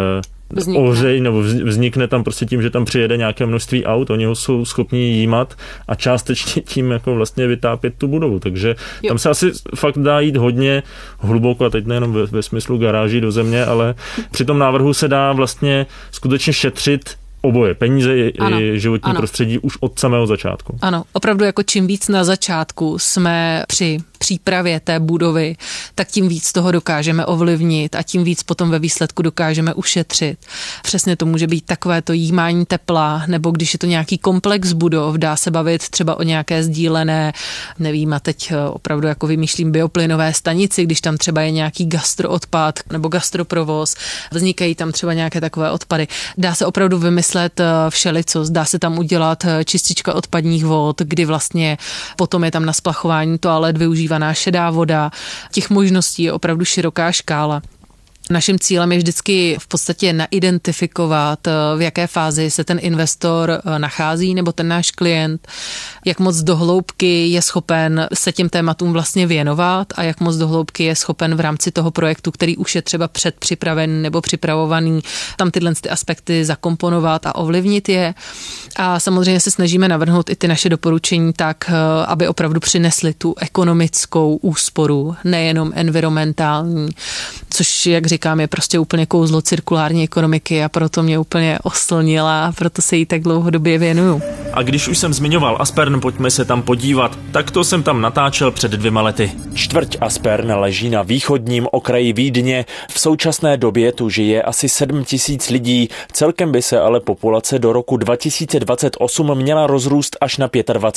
S4: ohřejí, nebo vznikne tam prostě tím, že tam přijede nějaké množství aut, oni ho jsou schopni jímat a částečně tím jako vlastně vytápět tu budovu, takže tam se asi fakt dá jít hodně hluboko a teď nejenom ve smyslu garáží do země, ale při tom návrhu se dá vlastně skutečně šetřit oboje, peníze i životní prostředí už od samého začátku.
S3: Ano, opravdu jako čím víc na začátku jsme při přípravě té budovy, tak tím víc toho dokážeme ovlivnit a tím víc potom ve výsledku dokážeme ušetřit. Přesně to může být takové to jímání tepla, nebo když je to nějaký komplex budov, dá se bavit třeba o nějaké sdílené, nevím, a teď opravdu jako vymýšlím bioplynové stanici, když tam třeba je nějaký gastroodpad nebo gastroprovoz, vznikají tam třeba nějaké takové odpady. Dá se opravdu vymyslet všelicos, dá se tam udělat čistička odpadních vod, kdy vlastně potom je tam na splachování toalet využívaná šedá voda. Těch možností je opravdu široká škála. Naším cílem je vždycky v podstatě naidentifikovat, v jaké fázi se ten investor nachází nebo ten náš klient, jak moc do hloubky je schopen se těm tématům vlastně věnovat a jak moc do hloubky je schopen v rámci toho projektu, který už je třeba předpřipravený nebo připravovaný, tam tyhle ty aspekty zakomponovat a ovlivnit je. A samozřejmě se snažíme navrhnout i ty naše doporučení tak, aby opravdu přinesly tu ekonomickou úsporu, nejenom environmentální, což, jak říkám, je prostě úplně kouzlo cirkulární ekonomiky a proto mě úplně oslnila a proto se jí tak dlouhodobě věnuju.
S2: A když už jsem zmiňoval Aspern, pojďme se tam podívat, tak to jsem tam natáčel před 2 lety. Čtvrť Aspern leží na východním okraji Vídně. V současné době tu žije asi 7 000 lidí, celkem by se ale populace do roku 2028 měla rozrůst až na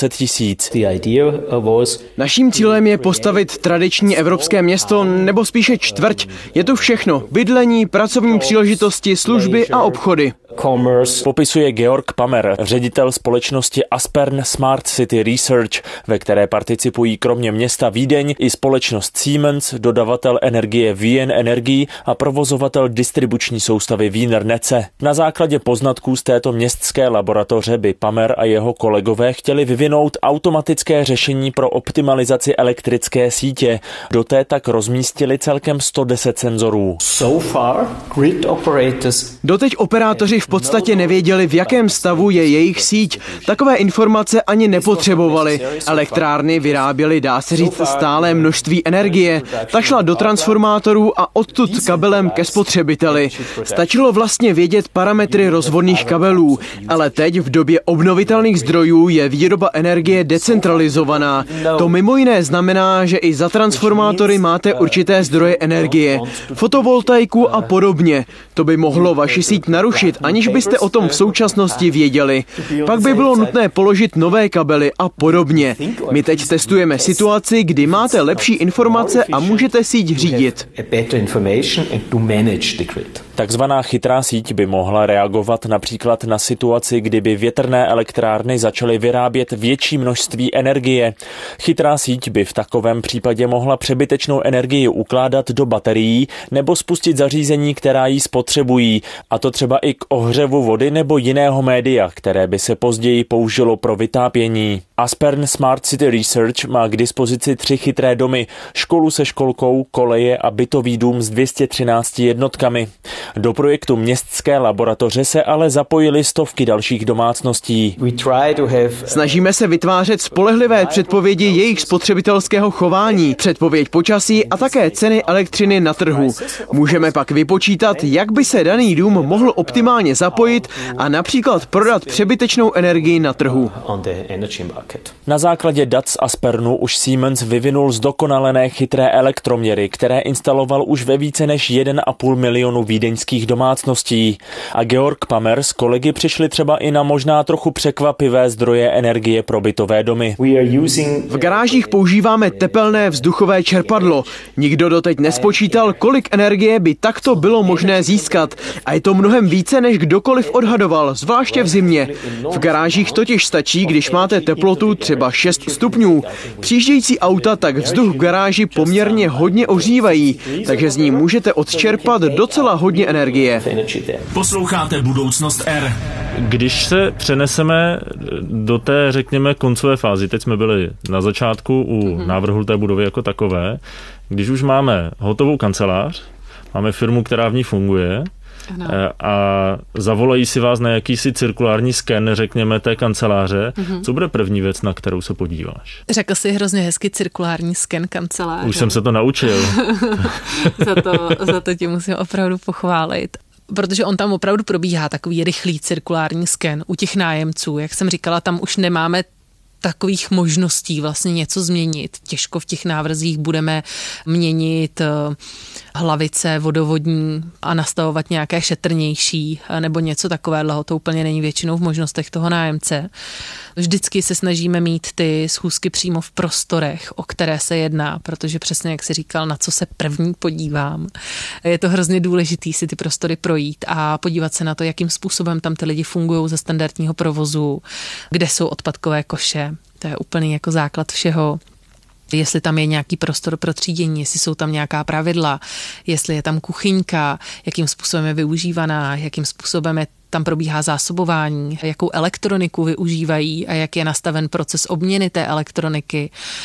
S2: 25 000.
S7: Naším cílem je postavit tradiční evropské město, nebo spíše čtvrť. Je to všechno. Bydlení, pracovní příležitosti, služby a obchody.
S2: Popisuje Georg Pamer, ředitel společnosti Aspern Smart City Research, ve které participují kromě města Vídeň i společnost Siemens, dodavatel energie Wien Energy a provozovatel distribuční soustavy Wiener Netze. Na základě poznatků z této městské laboratoře by Pamer a jeho kolegové chtěli vyvinout automatické řešení pro optimalizaci elektrické sítě. Do té tak rozmístili celkem 110 senzorů.
S7: Doteď operátoři v podstatě nevěděli, v jakém stavu je jejich síť. Takové informace ani nepotřebovali. Elektrárny vyráběly, dá se říct, stálé množství energie. Ta šla do transformátorů a odtud kabelem ke spotřebiteli. Stačilo vlastně vědět parametry rozvodných kabelů, ale teď v době obnovitelných zdrojů je výroba energie decentralizovaná. To mimo jiné znamená, že i za transformátory máte určité zdroje energie, fotovoltaiku a podobně. To by mohlo vaši síť narušit, aniž byste o tom v současnosti věděli. Pak by bylo nutné položit nové kabely a podobně. My teď testujeme situaci, kdy máte lepší informace a můžete síť řídit.
S2: Takzvaná chytrá síť by mohla reagovat například na situaci, kdyby větrné elektrárny začaly vyrábět větší množství energie. Chytrá síť by v takovém případě mohla přebytečnou energii ukládat do baterií nebo spustit zařízení, která ji spotřebují, a to třeba i k ohřevu vody nebo jiného média, které by se později použilo pro vytápění. Aspern Smart City Research má k dispozici 3 chytré domy, školu se školkou, koleje a bytový dům s 213 jednotkami. Do projektu městské laboratoře se ale zapojily stovky dalších domácností.
S7: Snažíme se vytvářet spolehlivé předpovědi jejich spotřebitelského chování, předpověď počasí a také ceny elektřiny na trhu. Můžeme pak vypočítat, jak by se daný dům mohl optimálně zapojit a například prodat přebytečnou energii na trhu.
S2: Na základě dat z Aspernu už Siemens vyvinul zdokonalené chytré elektroměry, které instaloval už ve více než 1,5 milionu vídeňských domácností. A Georg Pamer s kolegy přišli třeba i na možná trochu překvapivé zdroje energie pro bytové domy.
S7: V garážích používáme tepelné vzduchové čerpadlo. Nikdo doteď nespočítal, kolik energie by takto bylo možné získat. A je to mnohem více, než kdokoliv odhadoval, zvláště v zimě. V garážích totiž stačí, když máte teplotu třeba 6 stupňů. Přijíždějící auta tak vzduch v garáži poměrně hodně ohřívají, takže z ní můžete odčerpat docela hodně energie.
S2: Posloucháte Budoucnost R.
S4: Když se přeneseme do té, řekněme, koncové fázi, teď jsme byli na začátku u návrhu té budovy jako takové, když už máme hotovou kancelář, máme firmu, která v ní funguje, a zavolají si vás na jakýsi cirkulární sken, řekněme, té kanceláře. Co bude první věc, na kterou se podíváš?
S3: Řekl jsi hrozně hezky cirkulární sken kanceláře.
S4: Už jsem se to naučil.
S3: za to tě musím opravdu pochválit. Protože on tam opravdu probíhá takový rychlý cirkulární sken u těch nájemců. Jak jsem říkala, tam už nemáme takových možností vlastně něco změnit. Těžko v těch návrzích budeme měnit hlavice vodovodní a nastavovat nějaké šetrnější nebo něco takového. To úplně není většinou v možnostech toho nájemce. Vždycky se snažíme mít ty schůzky přímo v prostorech, o které se jedná, protože přesně jak jsi říkal, na co se první podívám. Je to hrozně důležitý si ty prostory projít a podívat se na to, jakým způsobem tam ty lidi fungují za standardního provozu, kde jsou odpadkové koše. To je úplný jako základ všeho. Jestli tam je nějaký prostor pro třídění, jestli jsou tam nějaká pravidla, jestli je tam kuchyňka, jakým způsobem je využívaná, jakým způsobem tam probíhá zásobování, jakou elektroniku využívají a jak je nastaven proces obměny té elektroniky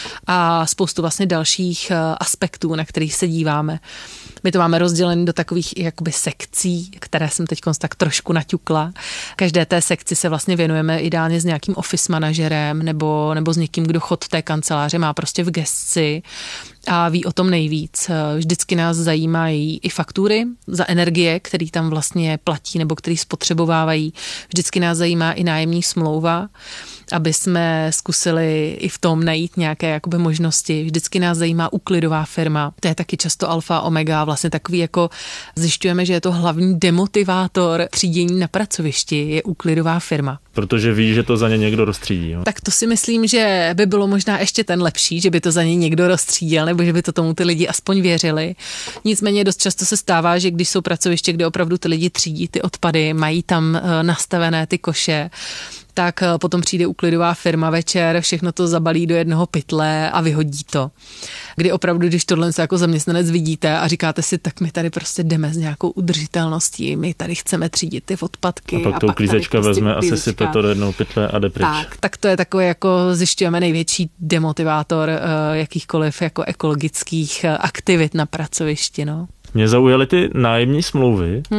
S3: a spoustu vlastně dalších aspektů, na kterých se díváme. My to máme rozdělené do takových jakoby sekcí, které jsem teď tak trošku naťukla. Každé té sekci se vlastně věnujeme ideálně s nějakým office manažerem nebo s někým, kdo chod té kanceláře má prostě v gesci a ví o tom nejvíc. Vždycky nás zajímají i faktury za energie, který tam vlastně platí nebo který spotřebovávají. Vždycky nás zajímá i nájemní smlouva, aby jsme zkusili i v tom najít nějaké jakoby možnosti. Vždycky nás zajímá úklidová firma. To je taky často alfa, omega, vlastně takový jako zjišťujeme, že je to hlavní demotivátor třídění na pracovišti, je úklidová firma.
S4: Protože ví, že to za ně někdo rozstřídí. Jo?
S3: Tak to si myslím, že by bylo možná ještě ten lepší, že by to za ně někdo rozstřídil, nebo že by to tomu ty lidi aspoň věřili. Nicméně dost často se stává, že když jsou pracoviště, kde opravdu ty lidi třídí ty odpady, mají tam nastavené ty koše, tak potom přijde úklidová firma večer, všechno to zabalí do jednoho pytle a vyhodí to. Kdy opravdu, když tohle jako zaměstnanec vidíte a říkáte si, tak my tady prostě jdeme s nějakou udržitelností, my tady chceme třídit ty odpadky.
S4: A pak to uklízečka prostě vezme a sype to do jednoho pytle a jde pryč.
S3: Tak to je takové, jako zjišťujeme největší demotivátor jakýchkoliv jako ekologických aktivit na pracovišti. No.
S4: Mě zaujaly ty nájemní smlouvy.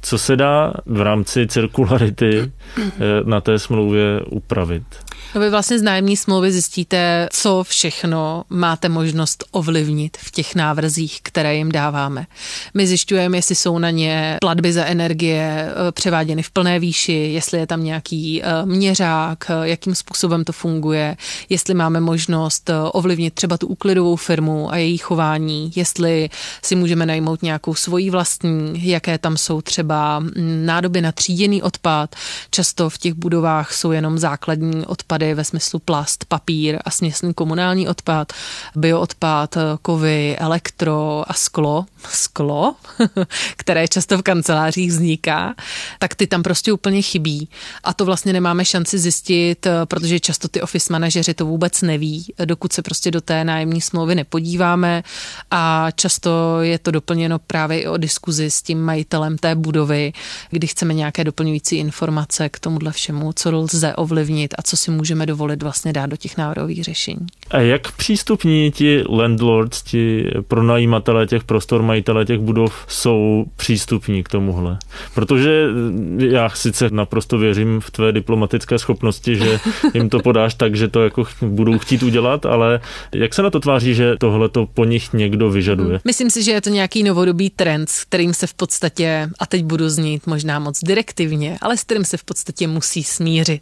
S4: Co se dá v rámci cirkularity na té smlouvě upravit?
S3: Vy vlastně z nájemní smlouvy zjistíte, co všechno máte možnost ovlivnit v těch návrzích, které jim dáváme. My zjišťujeme, jestli jsou na ně platby za energie převáděny v plné výši, jestli je tam nějaký měřák, jakým způsobem to funguje, jestli máme možnost ovlivnit třeba tu úklidovou firmu a její chování, jestli si můžeme najmout nějakou svoji vlastní, jaké tam jsou třeba nádoby na tříděný odpad. Často v těch budovách jsou jenom základní odpady ve smyslu plast, papír a směsný komunální odpad, bioodpad, kovy, elektro a sklo, které často v kancelářích vzniká, tak ty tam prostě úplně chybí. A to vlastně nemáme šanci zjistit, protože často ty office manažeři to vůbec neví, dokud se prostě do té nájemní smlouvy nepodíváme a často je to doplněno právě i o diskuzi s tím majitelem té budovy, kdy chceme nějaké doplňující informace k tomuhle všemu, co lze ovlivnit a co si můžeme dovolit vlastně dát do těch návrhových řešení.
S4: A jak přístupní ti landlords, ti pronajímatelé těch prostor, majitelé těch budov jsou přístupní k tomuhle? Protože já sice naprosto věřím v tvé diplomatické schopnosti, že jim to podáš tak, že to jako budou chtít udělat, ale jak se na to tváří, že tohle to po nich někdo vyžaduje?
S3: Myslím si, že je to nějaký novodobý trend, s kterým se v podstatě, a teď budu znít možná moc direktivně, ale s kterým se v podstatě musí smířit.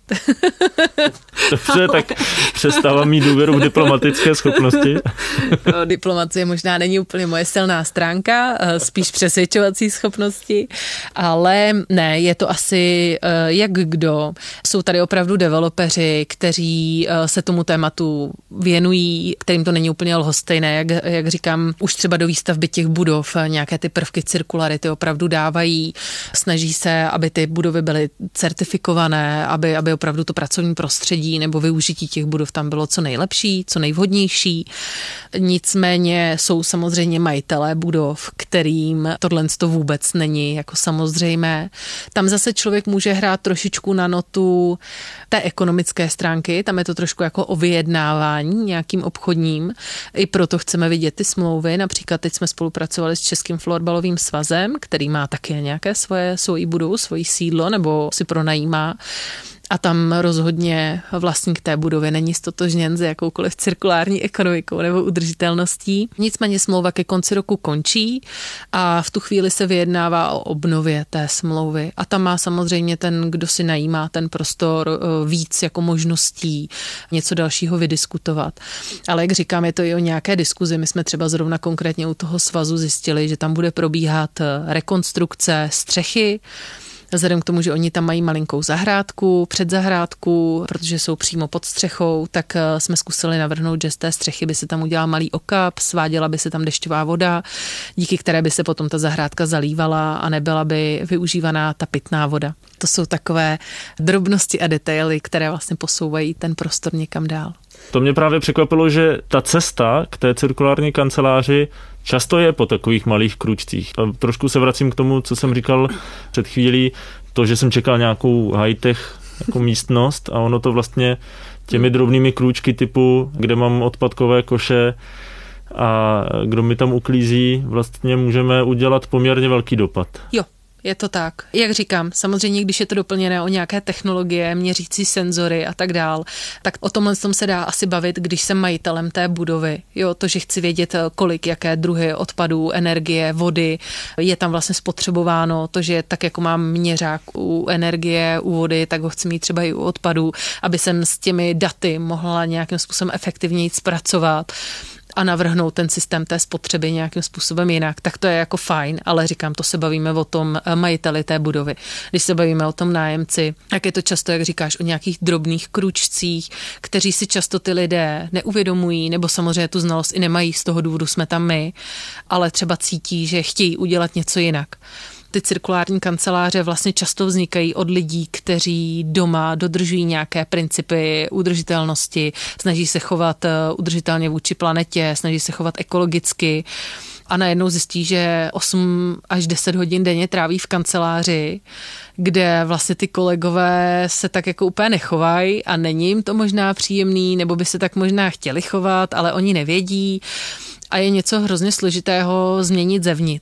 S4: Dobře, tak přestávám mít důvěru v diplomatické schopnosti.
S3: Diplomacie možná není úplně moje silná stránka, spíš přesvědčovací schopnosti, ale ne, je to asi jak kdo. Jsou tady opravdu developeři, kteří se tomu tématu věnují, kterým to není úplně lhostejné, jak říkám, už třeba do výstavby těch budov nějaké ty prvky cirkularity opravdu dávají, snaží se, aby ty budovy byly certifikované, aby opravdu to pracovní prostředí nebo využití těch budov tam bylo co nejlepší, co nejvhodnější. Nicméně jsou samozřejmě majitelé budov, kterým tohle to vůbec není jako samozřejmé. Tam zase člověk může hrát trošičku na notu té ekonomické stránky, tam je to trošku jako o vyjednávání nějakým obchodním. I proto chceme vidět ty smlouvy. Například teď jsme spolupracovali s Českým florbalovým svazem, který má také nějaké svoji budovu, svoji sídlo nebo si pronajímá. A tam rozhodně vlastník té budovy není stotožněn s jakoukoliv cirkulární ekonomikou nebo udržitelností. Nicméně smlouva ke konci roku končí a v tu chvíli se vyjednává o obnově té smlouvy. A tam má samozřejmě ten, kdo si najímá ten prostor, víc jako možností něco dalšího vydiskutovat. Ale jak říkám, je to i o nějaké diskuzi. My jsme třeba zrovna konkrétně u toho svazu zjistili, že tam bude probíhat rekonstrukce střechy, vzhledem k tomu, že oni tam mají malinkou zahrádku, předzahrádku, protože jsou přímo pod střechou, tak jsme zkusili navrhnout, že z té střechy by se tam udělal malý okap, sváděla by se tam dešťová voda, díky které by se potom ta zahrádka zalívala a nebyla by využívaná ta pitná voda. To jsou takové drobnosti a detaily, které vlastně posouvají ten prostor někam dál.
S4: To mě právě překvapilo, že ta cesta k té cirkulární kanceláři často je po takových malých kručcích. A trošku se vracím k tomu, co jsem říkal před chvílí, to, že jsem čekal nějakou high-tech jako místnost a ono to vlastně těmi drobnými krůčky typu, kde mám odpadkové koše a kdo mi tam uklízí, vlastně můžeme udělat poměrně velký dopad.
S3: Jo. Je to tak. Jak říkám, samozřejmě, když je to doplněné o nějaké technologie, měřící senzory a tak dál, tak o tomhle se dá asi bavit, když jsem majitelem té budovy. Jo, to, že chci vědět, kolik, jaké druhy odpadů, energie, vody je tam vlastně spotřebováno, to, že tak jako mám měřák u energie, u vody, tak ho chci mít třeba i u odpadů, aby jsem s těmi daty mohla nějakým způsobem efektivněji zpracovat a navrhnout ten systém té spotřeby nějakým způsobem jinak, tak to je jako fajn, ale říkám, to se bavíme o tom majiteli té budovy. Když se bavíme o tom nájemci, tak je to často, jak říkáš, o nějakých drobných kručcích, kteří si často ty lidé neuvědomují, nebo samozřejmě tu znalost i nemají, z toho důvodu jsme tam my, ale třeba cítí, že chtějí udělat něco jinak. Ty cirkulární kanceláře vlastně často vznikají od lidí, kteří doma dodržují nějaké principy udržitelnosti, snaží se chovat udržitelně vůči planetě, snaží se chovat ekologicky a najednou zjistí, že 8 až 10 hodin denně tráví v kanceláři, kde vlastně ty kolegové se tak jako úplně nechovají a není jim to možná příjemný, nebo by se tak možná chtěli chovat, ale oni nevědí a je něco hrozně složitého změnit zevnitř.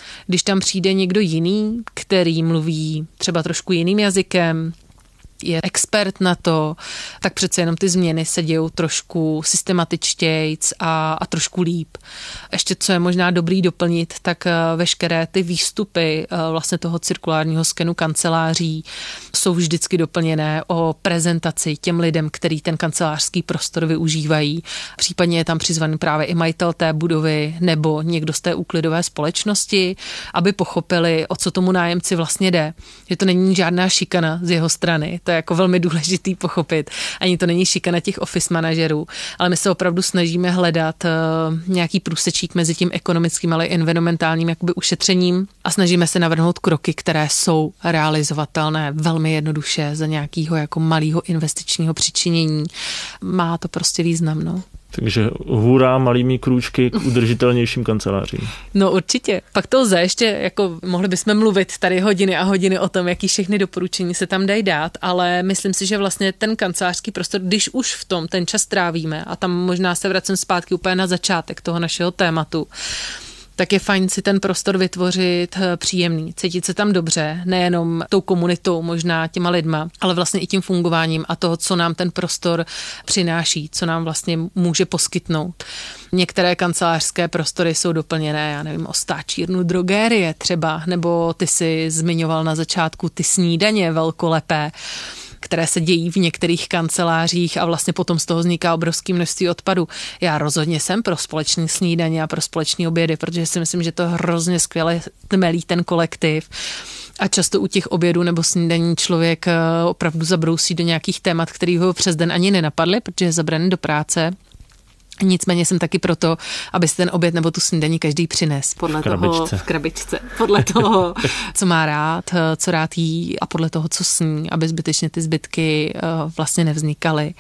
S3: Když tam přijde někdo jiný, který mluví třeba trošku jiným jazykem, je expert na to, tak přece jenom ty změny se dějou trošku systematičtějc a trošku líp. Ještě co je možná dobrý doplnit, tak veškeré ty výstupy vlastně toho cirkulárního skenu kanceláří jsou vždycky doplněné o prezentaci těm lidem, který ten kancelářský prostor využívají. Případně je tam přizvaný právě i majitel té budovy nebo někdo z té úklidové společnosti, aby pochopili, o co tomu nájemci vlastně jde. Že to není žádná šikana z jeho strany. To je jako velmi důležitý pochopit. Ani to není šikana těch office manažerů, ale my se opravdu snažíme hledat nějaký průsečík mezi tím ekonomickým, ale i environmentálním jakoby ušetřením a snažíme se navrhnout kroky, které jsou realizovatelné velmi jednoduše za nějakého jako malého investičního přičinění. Má to prostě význam, no.
S4: Takže hurá malými krůčky k udržitelnějším kancelářím.
S3: No určitě. Pak to lze ještě, jako mohli bychom mluvit tady hodiny a hodiny o tom, jaký všechny doporučení se tam dají dát, ale myslím si, že vlastně ten kancelářský prostor, když už v tom ten čas trávíme a tam možná se vracím zpátky úplně na začátek toho našeho tématu, tak je fajn si ten prostor vytvořit příjemný, cítit se tam dobře, nejenom tou komunitou, možná těma lidma, ale vlastně i tím fungováním a toho, co nám ten prostor přináší, co nám vlastně může poskytnout. Některé kancelářské prostory jsou doplněné, já nevím, o stáčírnu drogérie třeba, nebo ty si zmiňoval na začátku ty snídaně velkolepé, které se dějí v některých kancelářích a vlastně potom z toho vzniká obrovské množství odpadu. Já rozhodně jsem pro společné snídaně a pro společné obědy, protože si myslím, že to hrozně skvěle tmelí ten kolektiv. A často u těch obědů nebo snídaní člověk opravdu zabrousí do nějakých témat, který ho přes den ani nenapadly, protože je zabraný do práce. Nicméně jsem taky proto, aby si ten oběd nebo tu snídaní každý přines. Podle toho v krabičce. Podle toho, co má rád, co rád jí a podle toho, co sní, aby zbytečně ty zbytky vlastně nevznikaly.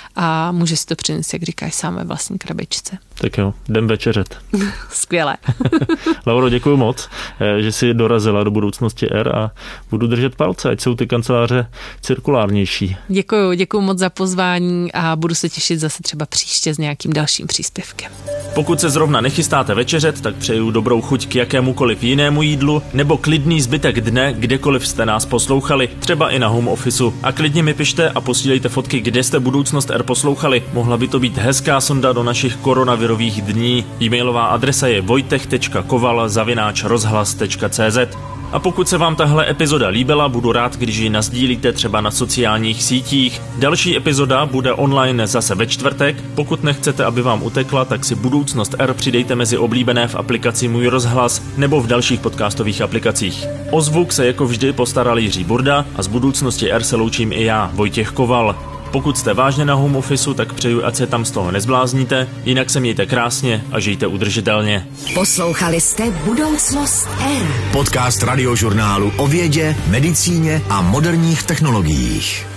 S3: A může si to přinést, jak říkáš, sám ve vlastní krabičce.
S4: Tak jo, jdem večeřet.
S3: Skvěle.
S4: Lauro, děkuji moc, že jsi dorazila do budoucnosti R a budu držet palce, ať jsou ty kanceláře cirkulárnější.
S3: Děkuji moc za pozvání a budu se těšit zase třeba příště s nějakým dalším příspěvkem.
S2: Pokud se zrovna nechystáte večeřet, tak přeju dobrou chuť k jakémukoliv jinému jídlu nebo klidný zbytek dne, kdekoliv jste nás poslouchali, třeba i na home officeu. A klidně mi pište a posílejte fotky, kde jste budoucnost R poslouchali. Mohla by to být hezká sonda do našich koronavirových dní. E-mailová adresa je wojtech.koval@rozhlas.cz. A pokud se vám tahle epizoda líbila, budu rád, když ji nasdílíte třeba na sociálních sítích. Další epizoda bude online zase ve čtvrtek. Pokud nechcete, aby vám utekla, tak si Budoucnost R přidejte mezi oblíbené v aplikaci Můj rozhlas nebo v dalších podcastových aplikacích. O zvuk se jako vždy postaral Jiří Burda a z Budoucnosti R se loučím i já, Vojtěch Koval. Pokud jste vážně na home officeu, tak přeju, ať se tam z toho nezblázníte, jinak se mějte krásně a žijte udržitelně.
S1: Poslouchali jste Budoucnost R.
S8: Podcast radiožurnálu o vědě, medicíně a moderních technologiích.